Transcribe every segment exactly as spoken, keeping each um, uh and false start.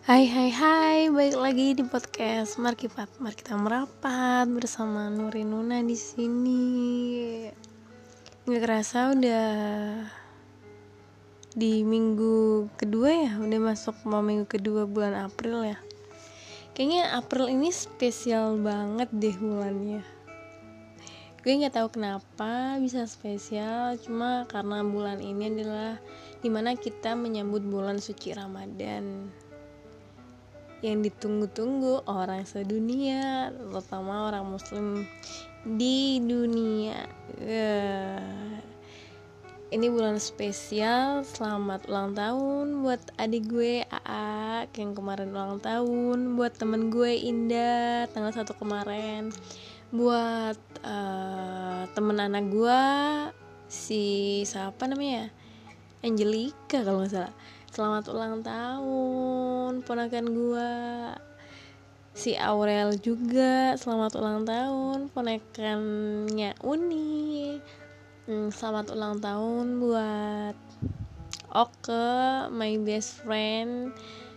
Hai hai hai, balik lagi di podcast Markipat. Mari kita merapat bersama Nuri Nuna di sini. Nggak kerasa udah di minggu kedua ya, udah masuk mau minggu kedua bulan April ya. Kayaknya April ini spesial banget deh bulannya. Gue nggak tahu kenapa bisa spesial, cuma karena bulan ini adalah dimana kita menyambut bulan suci Ramadan yang ditunggu-tunggu orang sedunia, terutama orang muslim di dunia. uh, Ini bulan spesial. Selamat ulang tahun buat adik gue Aa yang kemarin ulang tahun, buat temen gue Indah tanggal satu kemarin, buat uh, temen anak gue si siapa namanya Angelica kalau nggak salah. Selamat ulang tahun ponakan gua. Si Aurel juga selamat ulang tahun, ponakannya Uni. hmm, Selamat ulang tahun buat Oke, my best friend.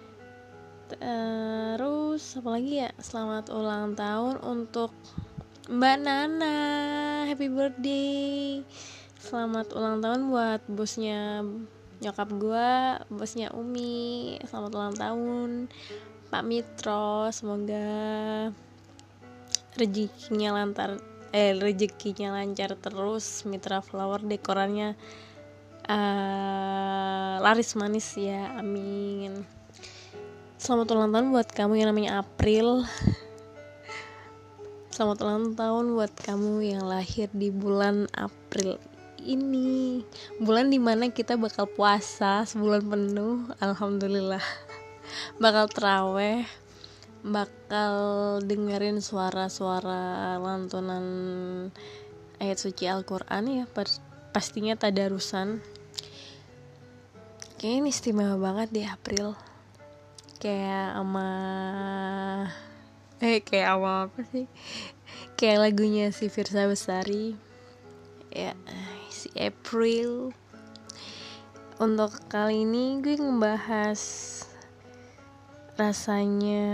Terus apa lagi ya? Selamat ulang tahun untuk Mbak Nana, happy birthday. Selamat ulang tahun buat bosnya nyokap gue, bosnya Umi. Selamat ulang tahun Pak Mitro, semoga rezekinya lancar eh rezekinya lancar terus. Mitra Flower dekorannya uh, laris manis ya, amin. Selamat ulang tahun buat kamu yang namanya April. Selamat ulang tahun buat kamu yang lahir di bulan April ini, bulan dimana kita bakal puasa sebulan penuh, alhamdulillah. Bakal teraweh, bakal dengerin suara-suara lantunan ayat suci Al-Quran ya, pastinya tadarusan. Kayaknya ini istimewa banget di April. Kayak sama Eh kayak sama apa sih Kayak lagunya si Firsa Besari ya, si April. Untuk kali ini gue ngebahas rasanya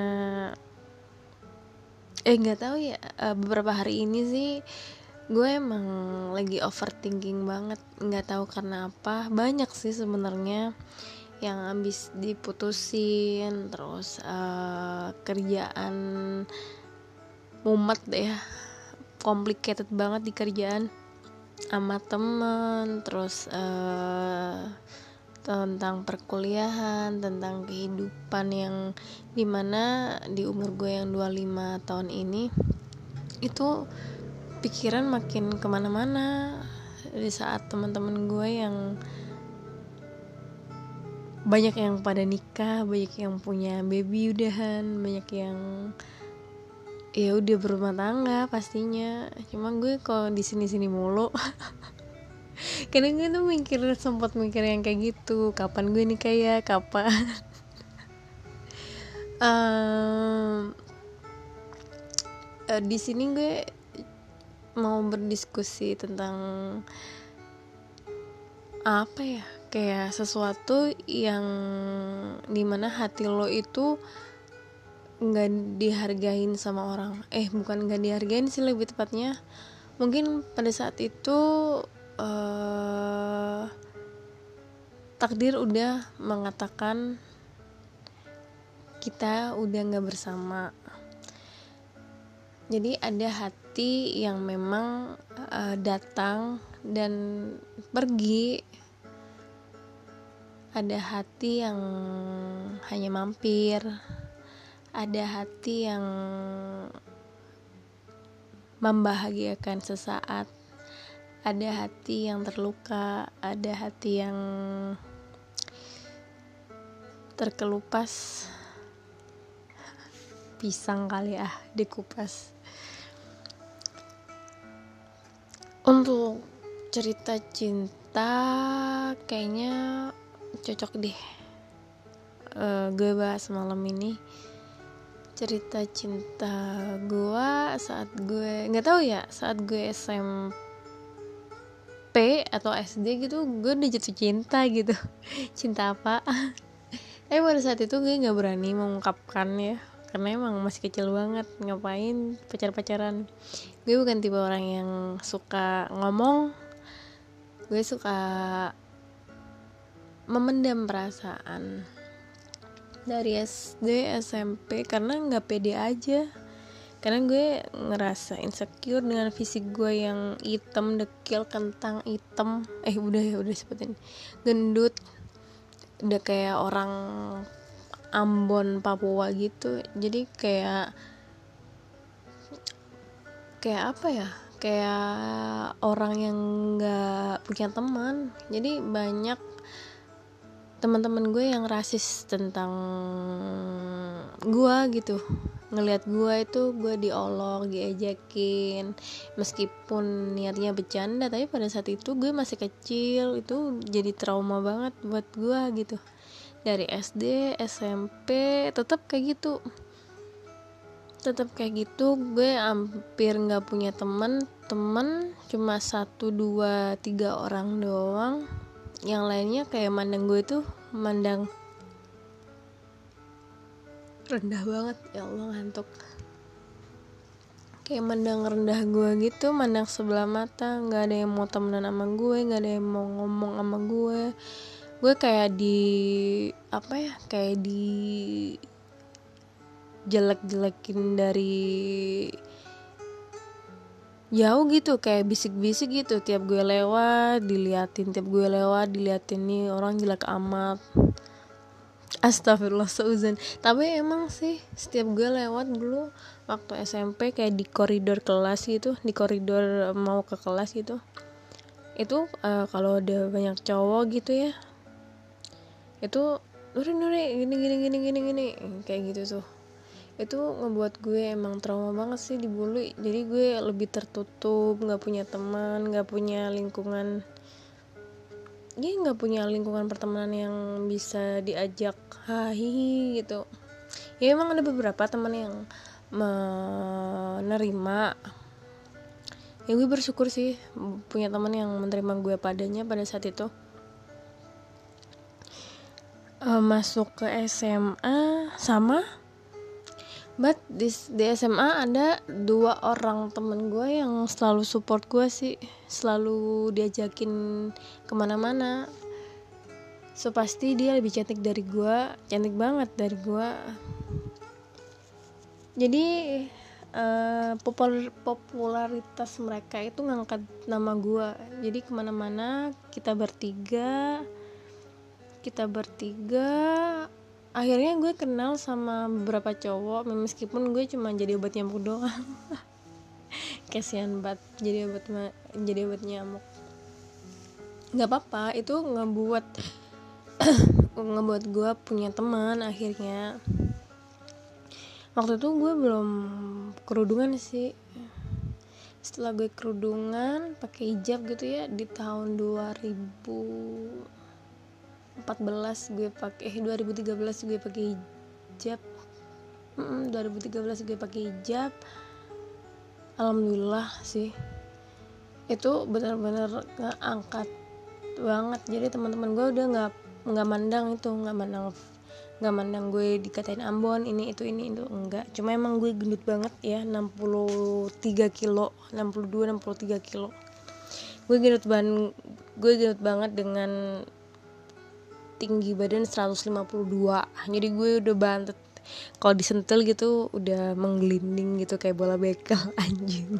eh nggak tahu ya, beberapa hari ini sih gue emang lagi overthinking banget, nggak tahu karena apa. Banyak sih sebenarnya yang abis diputusin, terus uh, kerjaan mumet deh ya, complicated banget di kerjaan sama temen, terus uh, tentang perkuliahan, tentang kehidupan yang dimana di umur gue yang dua puluh lima tahun ini itu pikiran makin kemana-mana. Di saat teman-teman gue yang banyak yang pada nikah, banyak yang punya baby udahan, banyak yang ya udah berumah tangga pastinya. Cuma gue kok di sini-sini mulu. Kadang gue tuh mikir, sempat mikir yang kayak gitu, kapan gue nikah ya, kapan. um, uh, di sini gue mau berdiskusi tentang apa ya, kayak sesuatu yang dimana hati lo itu nggak dihargain sama orang. Eh bukan nggak dihargain sih, lebih tepatnya mungkin pada saat itu uh, takdir udah mengatakan kita udah nggak bersama. Jadi ada hati yang memang uh, datang dan pergi, ada hati yang hanya mampir, ada hati yang membahagiakan sesaat, ada hati yang terluka, ada hati yang terkelupas pisang kali ah dikupas. Untuk cerita cinta kayaknya cocok deh uh, gue bahas malam ini. Cerita cinta gue saat gue nggak tahu ya, saat gue S M P atau S D gitu, gue udah jatuh cinta gitu. Cinta apa? Tapi pada saat itu gue nggak berani mengungkapkan ya, karena emang masih kecil banget, ngapain pacar-pacaran. Gue bukan tipe orang yang suka ngomong, gue suka memendam perasaan. Dari S D, S M P, karena nggak pede aja, karena gue ngerasa insecure dengan fisik gue yang hitam, dekil, kentang, hitam, eh udah ya udah sebutin, gendut, udah kayak orang Ambon, Papua gitu. Jadi kayak kayak apa ya, kayak orang yang nggak punya teman. Jadi banyak teman-teman gue yang rasis tentang gue gitu, ngelihat gue itu gue diolok, diejekin, meskipun niatnya bercanda, tapi pada saat itu gue masih kecil, itu jadi trauma banget buat gue gitu. Dari S D, S M P tetap kayak gitu, tetap kayak gitu. Gue hampir nggak punya teman, teman cuma satu, dua, tiga orang doang. Yang lainnya kayak mandang gue tuh mandang rendah banget. Ya Allah, ngantuk. Kayak mandang rendah gue gitu, mandang sebelah mata. Nggak ada yang mau temenan sama gue, nggak ada yang mau ngomong sama gue. Gue kayak di apa ya, kayak di jelek-jelekin dari jauh gitu, kayak bisik-bisik gitu. Tiap gue lewat diliatin, tiap gue lewat diliatin, nih orang jelek amat. Astagfirullah seuzan. Tapi emang sih setiap gue lewat dulu waktu S M P, kayak di koridor kelas gitu, di koridor mau ke kelas gitu, itu uh, kalau ada banyak cowok gitu ya, itu Nuri Nuri gini gini gini gini gini kayak gitu tuh. Itu ngebuat gue emang trauma banget sih dibully. Jadi gue lebih tertutup, nggak punya teman, nggak punya lingkungan, ya nggak punya lingkungan pertemanan yang bisa diajak hahi gitu. Ya emang ada beberapa teman yang menerima, ya gue bersyukur sih punya teman yang menerima gue padanya pada saat itu. Uh, masuk ke S M A sama, but di, di S M A ada dua orang temen gue yang selalu support gue sih, selalu diajakin kemana-mana. So pasti dia lebih cantik dari gue, cantik banget dari gue. Jadi uh, popular, popularitas mereka itu ngangkat nama gue. Jadi kemana-mana kita bertiga, kita bertiga akhirnya gue kenal sama beberapa cowok, meskipun gue cuma jadi obat nyamuk doang. Kasian banget jadi obat jadi obat nyamuk. Nggak apa-apa, itu ngebuat ngebuat gue punya teman akhirnya. Waktu itu gue belum kerudungan sih. Setelah gue kerudungan pakai hijab gitu ya, di tahun dua ribu empat belas gue pakai eh dua ribu tiga belas gue pakai hijab. Mm, dua ribu tiga belas gue pakai hijab. Alhamdulillah sih. Itu benar-benar ngangkat banget. Jadi teman-teman gue udah enggak enggak mandang itu, enggak mandang enggak mandang gue dikatain Ambon, ini itu ini itu enggak. Cuma emang gue gendut banget ya, enam puluh tiga kilo, enam puluh dua enam puluh tiga kilo. Gue gendut banget, gue gendut banget dengan tinggi badan seratus lima puluh dua. Jadi gue udah bantet, kalau disentil gitu udah menggelinding gitu kayak bola bekel, anjing.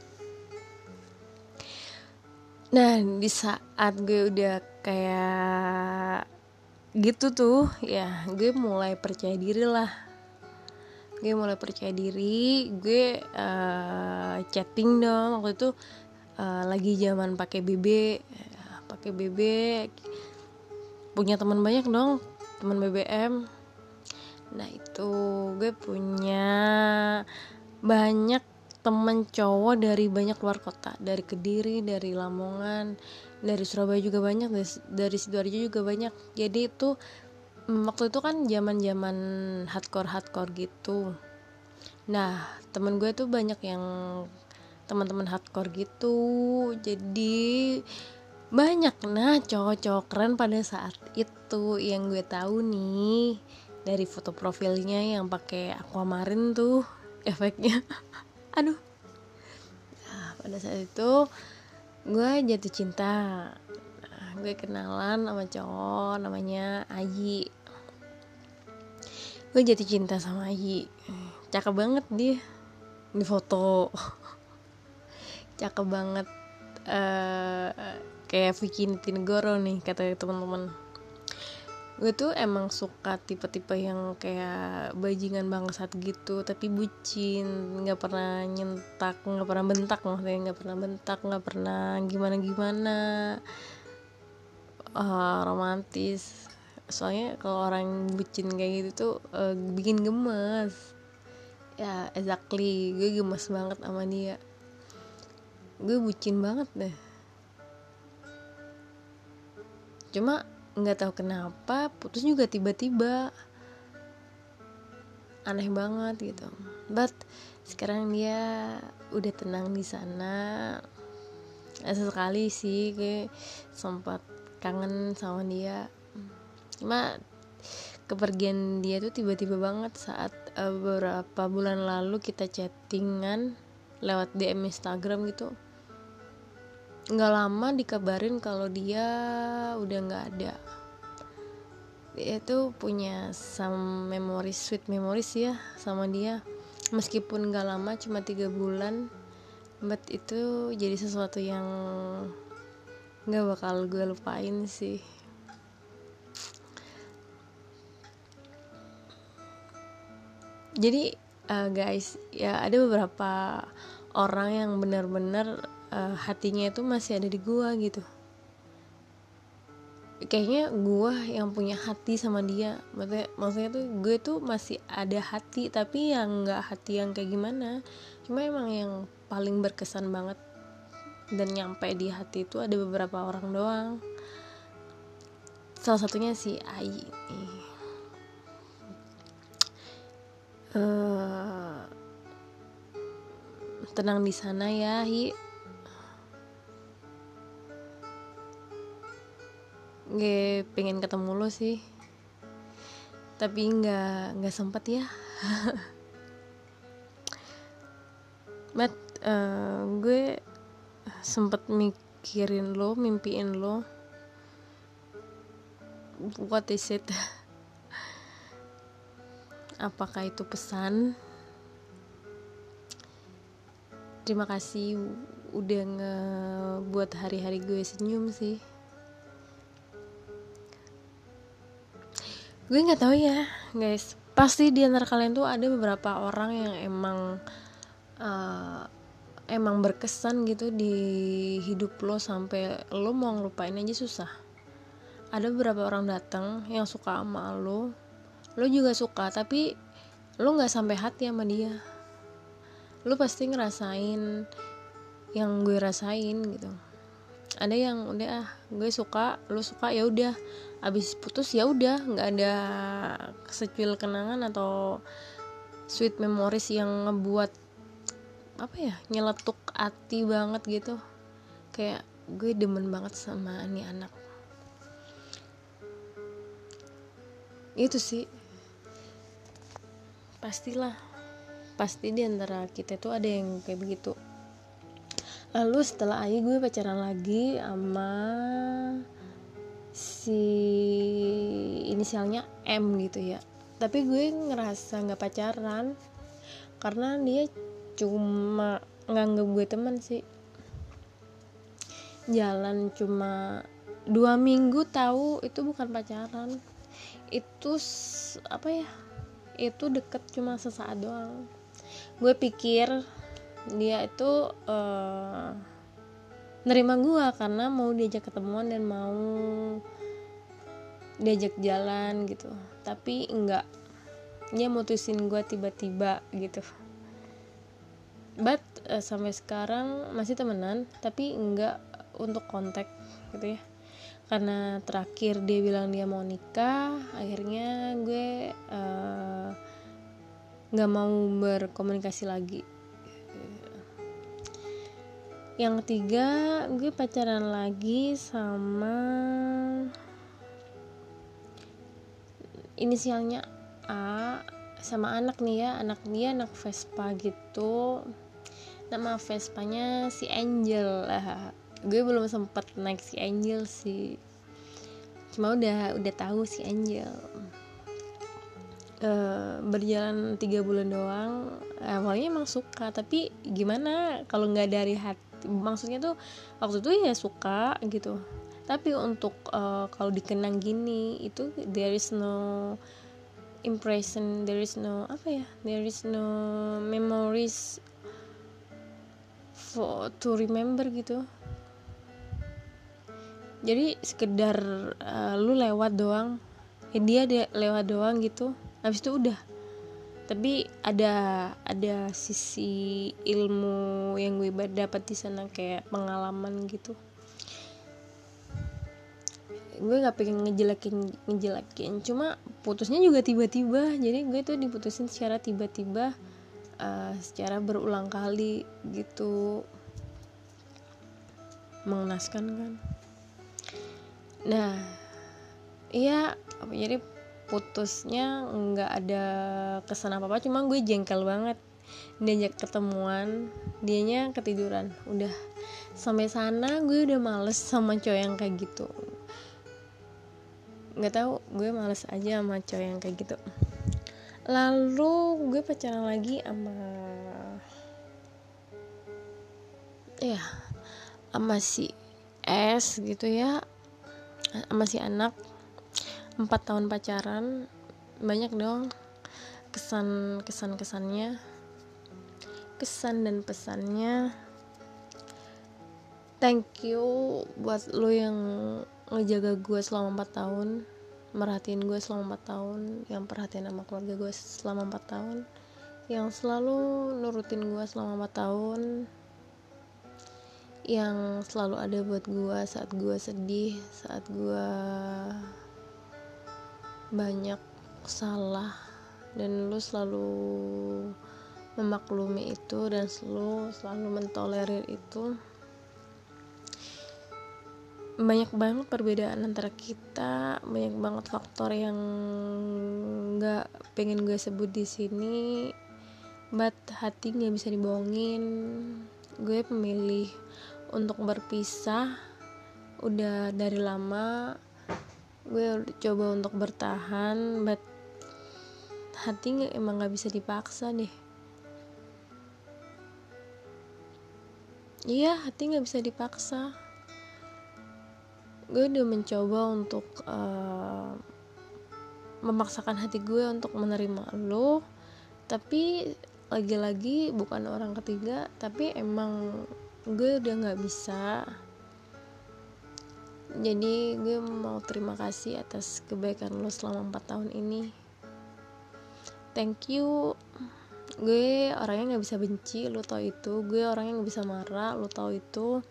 Nah di saat gue udah kayak gitu tuh ya, gue mulai percaya diri lah. Gue mulai percaya diri, gue uh, chatting dong. Waktu itu uh, lagi zaman pakai B B, pakai B B. Punya teman banyak dong, teman B B M. Nah itu gue punya banyak teman cowok dari banyak luar kota, dari Kediri, dari Lamongan, dari Surabaya juga banyak, dari, dari Sidoarjo juga banyak. Jadi itu waktu itu kan zaman-zaman hardcore hardcore gitu. Nah teman gue tuh banyak yang teman-teman hardcore gitu. Jadi banyak nah cowok-cowok keren pada saat itu. satu yang gue tahu nih dari foto profilnya yang pakai aquamarine tuh efeknya. Aduh. Nah, pada saat itu gue jatuh cinta. Nah, gue kenalan sama cowok namanya Ayi. Gue jatuh cinta sama Ayi. Cakep banget dia di foto. Cakep banget. Uh, kayak Vicky Nitinegoro nih kata teman-teman. Gue tuh emang suka tipe-tipe yang kayak bajingan bangsat gitu, tapi bucin, nggak pernah nyentak, nggak pernah bentak, maksudnya nggak pernah bentak, nggak pernah gimana-gimana, uh, romantis. Soalnya kalau orang bucin kayak gitu tuh uh, bikin gemes. Ya exactly, gue gemes banget sama dia. Gue bucin banget deh. Cuma nggak tahu kenapa putus juga tiba-tiba, aneh banget gitu. But sekarang dia udah tenang di sana. Sesekali sih gue sempat kangen sama dia. Cuma kepergian dia tuh tiba-tiba banget saat uh, beberapa bulan lalu kita chattingan lewat D M Instagram gitu. Nggak lama dikabarin kalau dia udah nggak ada. Dia tuh punya some memories, sweet memories ya sama dia, meskipun nggak lama, cuma tiga bulan, but itu jadi sesuatu yang nggak bakal gue lupain sih. Jadi uh, guys, ya ada beberapa orang yang benar-benar uh, hatinya itu masih ada di gua gitu. Kayaknya gua yang punya hati sama dia. Maksudnya, maksudnya tuh gue tuh masih ada hati, tapi yang nggak hati yang kayak gimana. Cuma emang yang paling berkesan banget dan nyampe di hati itu ada beberapa orang doang. Salah satunya si Ai nih. Uh, tenang di sana ya, Hi. Gue pengen ketemu lo sih, tapi nggak nggak sempet ya. But uh, gue sempet mikirin lo, mimpiin lo. What is it? Apakah itu pesan? Terima kasih udah ngebuat hari-hari gue senyum sih. Gue nggak tahu ya, guys. Pasti di antara kalian tuh ada beberapa orang yang emang uh, emang berkesan gitu di hidup lo sampai lo mau ngelupain aja susah. Ada beberapa orang datang yang suka sama lo, lo juga suka, tapi lo nggak sampai hati sama dia. Lo pasti ngerasain yang gue rasain gitu. Ada yang udah ah gue suka, lo suka, ya udah, abis putus ya udah, nggak ada secuil kenangan atau sweet memories yang ngebuat apa ya, nyeletuk hati banget gitu. Kayak gue demen banget sama ini anak. Itu sih pastilah, pasti di antara kita tuh ada yang kayak begitu. Lalu setelah Ayi gue pacaran lagi sama si inisialnya M gitu ya. Tapi gue ngerasa nggak pacaran karena dia cuma nganggep gue teman sih. Jalan cuma dua minggu tahu itu bukan pacaran. Itu apa ya, itu deket cuma sesaat doang. Gue pikir dia itu uh, nerima gue karena mau diajak ketemuan dan mau diajak jalan gitu, tapi enggak, dia mutusin gue tiba-tiba gitu. But uh, sampai sekarang masih temenan, tapi enggak untuk kontak gitu ya. Karena terakhir dia bilang dia mau nikah, akhirnya gue uh, gak mau berkomunikasi lagi. Yang ketiga, gue pacaran lagi sama inisialnya A, sama anak nih ya, anak dia anak Vespa gitu, nama Vespanya si Angel lah. Gue belum sempet naik si Angel sih, cuma udah udah tahu si Angel. Uh, berjalan tiga bulan doang, awalnya emang suka, tapi gimana kalau nggak dari hati, maksudnya tuh waktu itu ya suka gitu, tapi untuk uh, kalau dikenang gini itu there is no impression, there is no apa ya, there is no memories for to remember gitu. Jadi sekedar uh, lu lewat doang, ya dia dia lewat doang gitu, habis itu udah. Tapi ada ada sisi ilmu yang gue dapat di sana, kayak pengalaman gitu. Gue nggak pengen ngejelekin ngejelekin cuma putusnya juga tiba-tiba. Jadi gue tuh diputusin secara tiba-tiba, uh, secara berulang kali gitu, mengenaskan kan. Nah iya, jadi putusnya nggak ada kesan apa apa, cuma gue jengkel banget. Diajak ketemuan, dianya ketiduran. Udah sampai sana gue udah males sama cowok yang kayak gitu. Nggak tahu, gue males aja sama cowok yang kayak gitu. Lalu gue pacaran lagi sama ya sama si S gitu ya, sama si anak. Empat tahun pacaran, banyak dong kesan kesan kesannya, kesan dan pesannya. Thank you buat lo yang ngejaga gue selama empat tahun, merhatiin gue selama empat tahun, yang perhatian sama keluarga gue selama empat tahun, yang selalu nurutin gue selama empat tahun, yang selalu ada buat gue saat gue sedih, saat gue banyak salah, dan lu selalu memaklumi itu dan selalu selalu mentolerir itu. Banyak banget perbedaan antara kita, banyak banget faktor yang nggak pengen gue sebut di sini, but hati nggak bisa dibohongin. Gue memilih untuk berpisah udah dari lama. Gue udah coba untuk bertahan, but hati gak, emang nggak bisa dipaksa deh. Iya, hati nggak bisa dipaksa. Gue udah mencoba untuk uh, memaksakan hati gue untuk menerima lo, tapi lagi-lagi bukan orang ketiga, tapi emang gue udah nggak bisa. Jadi gue mau terima kasih atas kebaikan lo selama empat tahun ini. Thank you. Gue orangnya nggak bisa benci, lo tau itu. Gue orangnya nggak bisa marah, lo tau itu.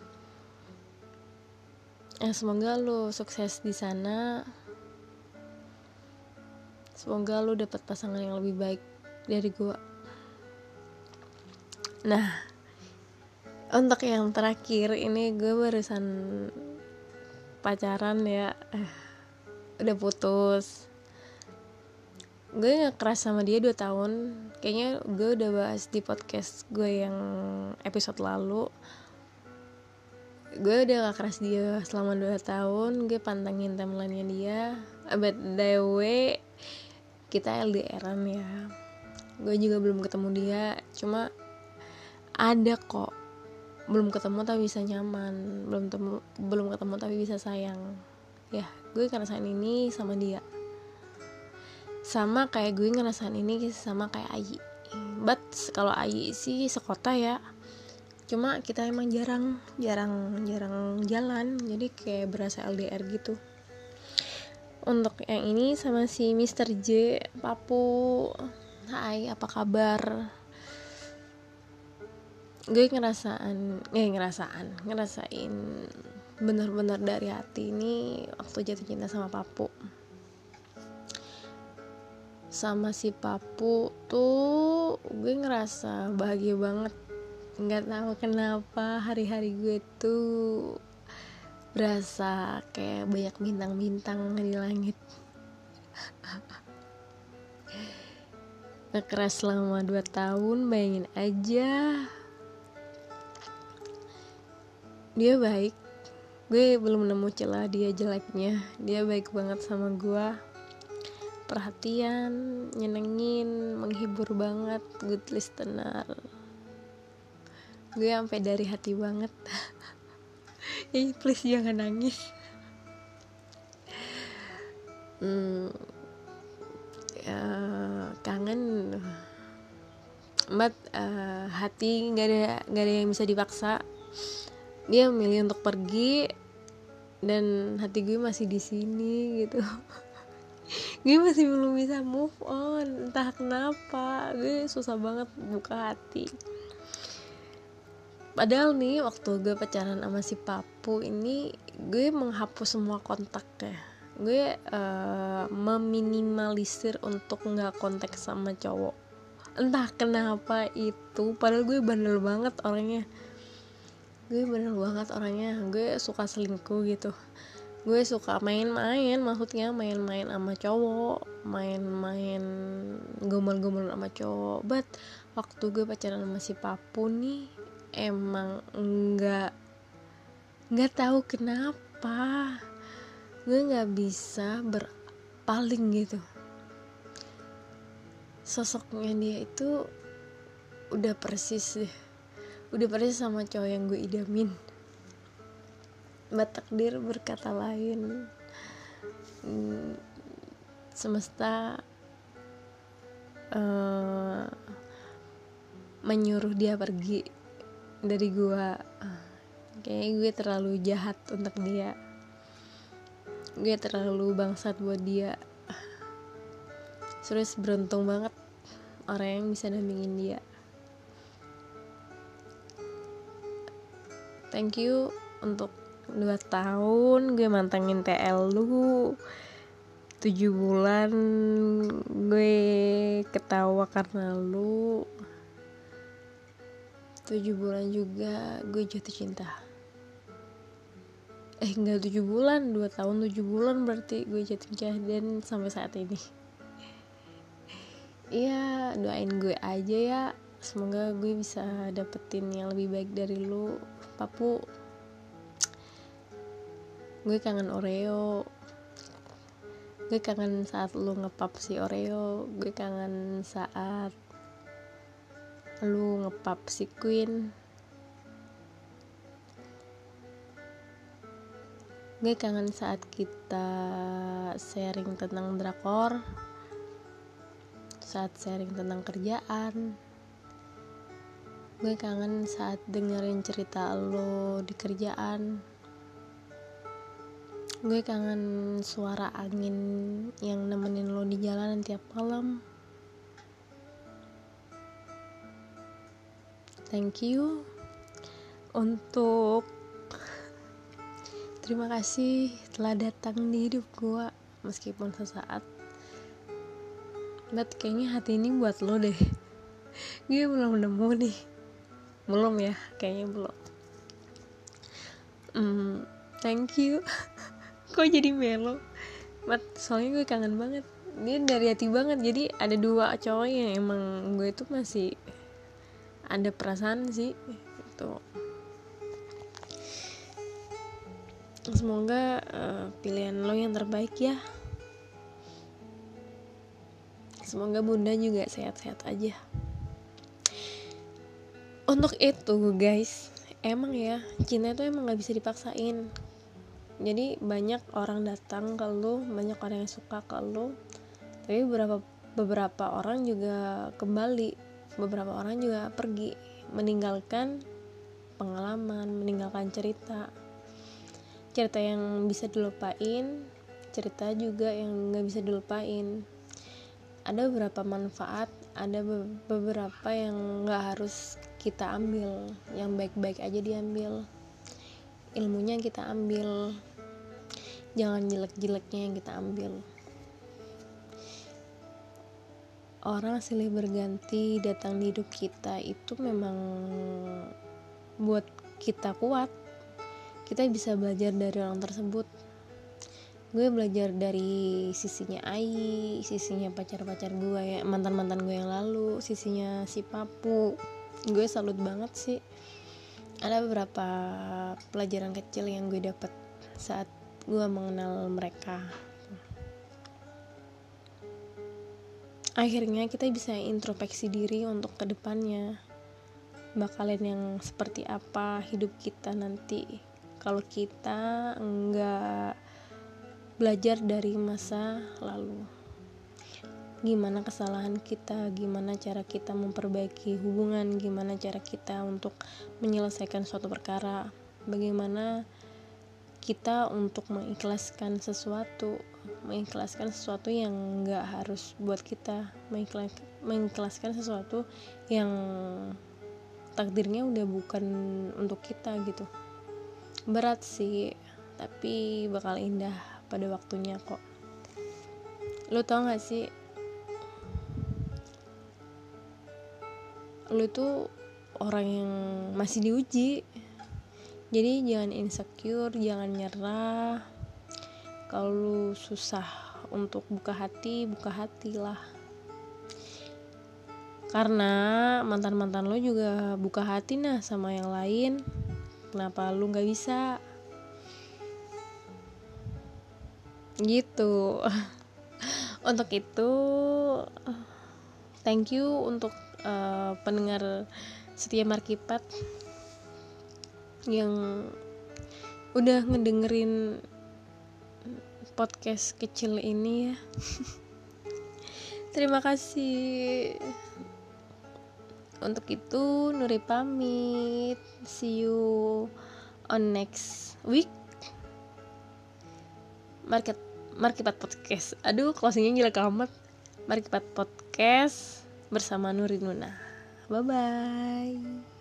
Ya, semoga lo sukses di sana. Semoga lo dapat pasangan yang lebih baik dari gue. Nah, untuk yang terakhir ini gue barusan pacaran ya, eh, udah putus. Gue gak keras sama dia dua tahun. Kayaknya gue udah bahas di podcast gue yang episode lalu. Gue udah gak keras dia selama dua tahun. Gue pantengin timeline-nya dia. But the way kita L D R-an ya. Gue juga belum ketemu dia. Cuma ada kok, belum ketemu tapi bisa nyaman, belum temu, belum ketemu tapi bisa sayang. Ya, gue ngerasain ini sama dia. Sama kayak gue ngerasain ini sama kayak Ayi. But kalau Ayi sih sekota ya. Cuma kita emang jarang jarang jarang jalan, jadi kayak berasa L D R gitu. Untuk yang ini sama si mister J, Papu. Hai, apa kabar? Gue ngerasaan, eh ngerasaan, ngerasain bener-bener dari hati ini waktu jatuh cinta sama Papu. Sama si Papu tuh gue ngerasa bahagia banget. Nggak tahu kenapa hari-hari gue tuh berasa kayak banyak bintang-bintang di langit. ngekeras selama dua tahun. Bayangin aja. Dia baik, gue belum nemu celah dia jeleknya. Dia baik banget sama gue, perhatian, nyenengin, menghibur banget, good listener. Gue sampai dari hati banget. Eh please jangan nangis. hmm, ya, kangen but uh, hati nggak ada nggak ada yang bisa dipaksa. Dia memilih untuk pergi dan hati gue masih di sini gitu. Gue masih belum bisa move on, entah kenapa. Gue susah banget buka hati. Padahal nih waktu gue pacaran sama si Papu ini, gue menghapus semua kontaknya. Gue uh, meminimalisir untuk nggak kontak sama cowok. Entah kenapa itu, padahal gue bandel banget orangnya. Gue bener banget orangnya, gue suka selingkuh gitu. Gue suka main-main, maksudnya main-main sama cowok, main-main gombal-gombal sama cowok. But waktu gue pacaran sama si Papu nih, emang nggak nggak tahu kenapa gue nggak bisa berpaling gitu. Sosoknya dia itu udah persis deh, udah persis sama cowok yang gue idamin. Mbak takdir berkata lain, hmm, semesta uh, menyuruh dia pergi dari gue. Kayaknya gue terlalu jahat untuk dia, gue terlalu bangsat buat dia. Terus beruntung banget orang yang bisa dampingin dia. Thank you untuk dua tahun gue mantengin T L lu, tujuh bulan gue ketawa karena lu, tujuh bulan juga gue jatuh cinta. Eh enggak tujuh bulan, dua tahun tujuh bulan berarti gue jatuh cinta dan sampai saat ini. Iya, doain gue aja ya, semoga gue bisa dapetin yang lebih baik dari lu, Papu. Gue kangen Oreo, gue kangen saat lu ngepap si Oreo, gue kangen saat lu ngepap si Queen, gue kangen saat kita sharing tentang drakor, saat sharing tentang kerjaan. Gue kangen saat dengerin cerita lo di kerjaan. Gue kangen suara angin yang nemenin lo di jalanan tiap malam. Thank you untuk terima kasih telah datang di hidup gue meskipun sesaat. But kayaknya hati ini buat lo deh. Gue belum nemu nih. Belum ya, kayaknya belum. Hmm, thank you. Kok jadi melo? But soalnya gue kangen banget. Dia dari hati banget. Jadi ada dua cowok yang emang gue tuh masih ada perasaan sih gitu. Semoga uh, pilihan lo yang terbaik ya. Semoga bunda juga sehat-sehat aja. Untuk itu guys, emang ya cinta itu emang gak bisa dipaksain. Jadi banyak orang datang ke lu, banyak orang yang suka ke lu, tapi beberapa beberapa orang juga kembali, beberapa orang juga pergi, meninggalkan pengalaman, meninggalkan cerita, cerita yang bisa dilupain, cerita juga yang nggak bisa dilupain. Ada beberapa manfaat, ada be- beberapa yang nggak harus kita ambil, yang baik-baik aja diambil. Ilmunya kita ambil, jangan jelek-jeleknya yang kita ambil. Orang silih berganti datang di hidup kita itu memang buat kita kuat. Kita bisa belajar dari orang tersebut. gue belajar dari sisinya Ai, sisinya pacar-pacar gue ya, mantan-mantan gue yang lalu, sisinya si Papu. Gue salut banget sih. Ada beberapa pelajaran kecil yang gue dapat saat gue mengenal mereka. Akhirnya kita bisa introspeksi diri untuk kedepannya, bakalan yang seperti apa hidup kita nanti kalau kita enggak belajar dari masa lalu. Gimana kesalahan kita, gimana cara kita memperbaiki hubungan, gimana cara kita untuk menyelesaikan suatu perkara, bagaimana kita untuk mengikhlaskan sesuatu, mengikhlaskan sesuatu yang gak harus buat kita, mengikhlaskan sesuatu yang takdirnya udah bukan untuk kita gitu. Berat sih, tapi bakal indah pada waktunya kok. Lu tau gak sih, lu tuh orang yang masih diuji. Jadi jangan insecure, jangan nyerah. Kalau lu susah untuk buka hati, buka hati lah. Karena mantan-mantan lu juga buka hati nah sama yang lain. Kenapa lu gak bisa? Gitu. Untuk itu, thank you untuk uh, pendengar setia Markipat yang udah ngedengerin podcast kecil ini ya. Terima kasih. Untuk itu Nuri pamit. See you on next week. Market Markipat Podcast. Aduh, closingnya jelek amat. Markipat Podcast bersama Nuri Nuna. Bye bye.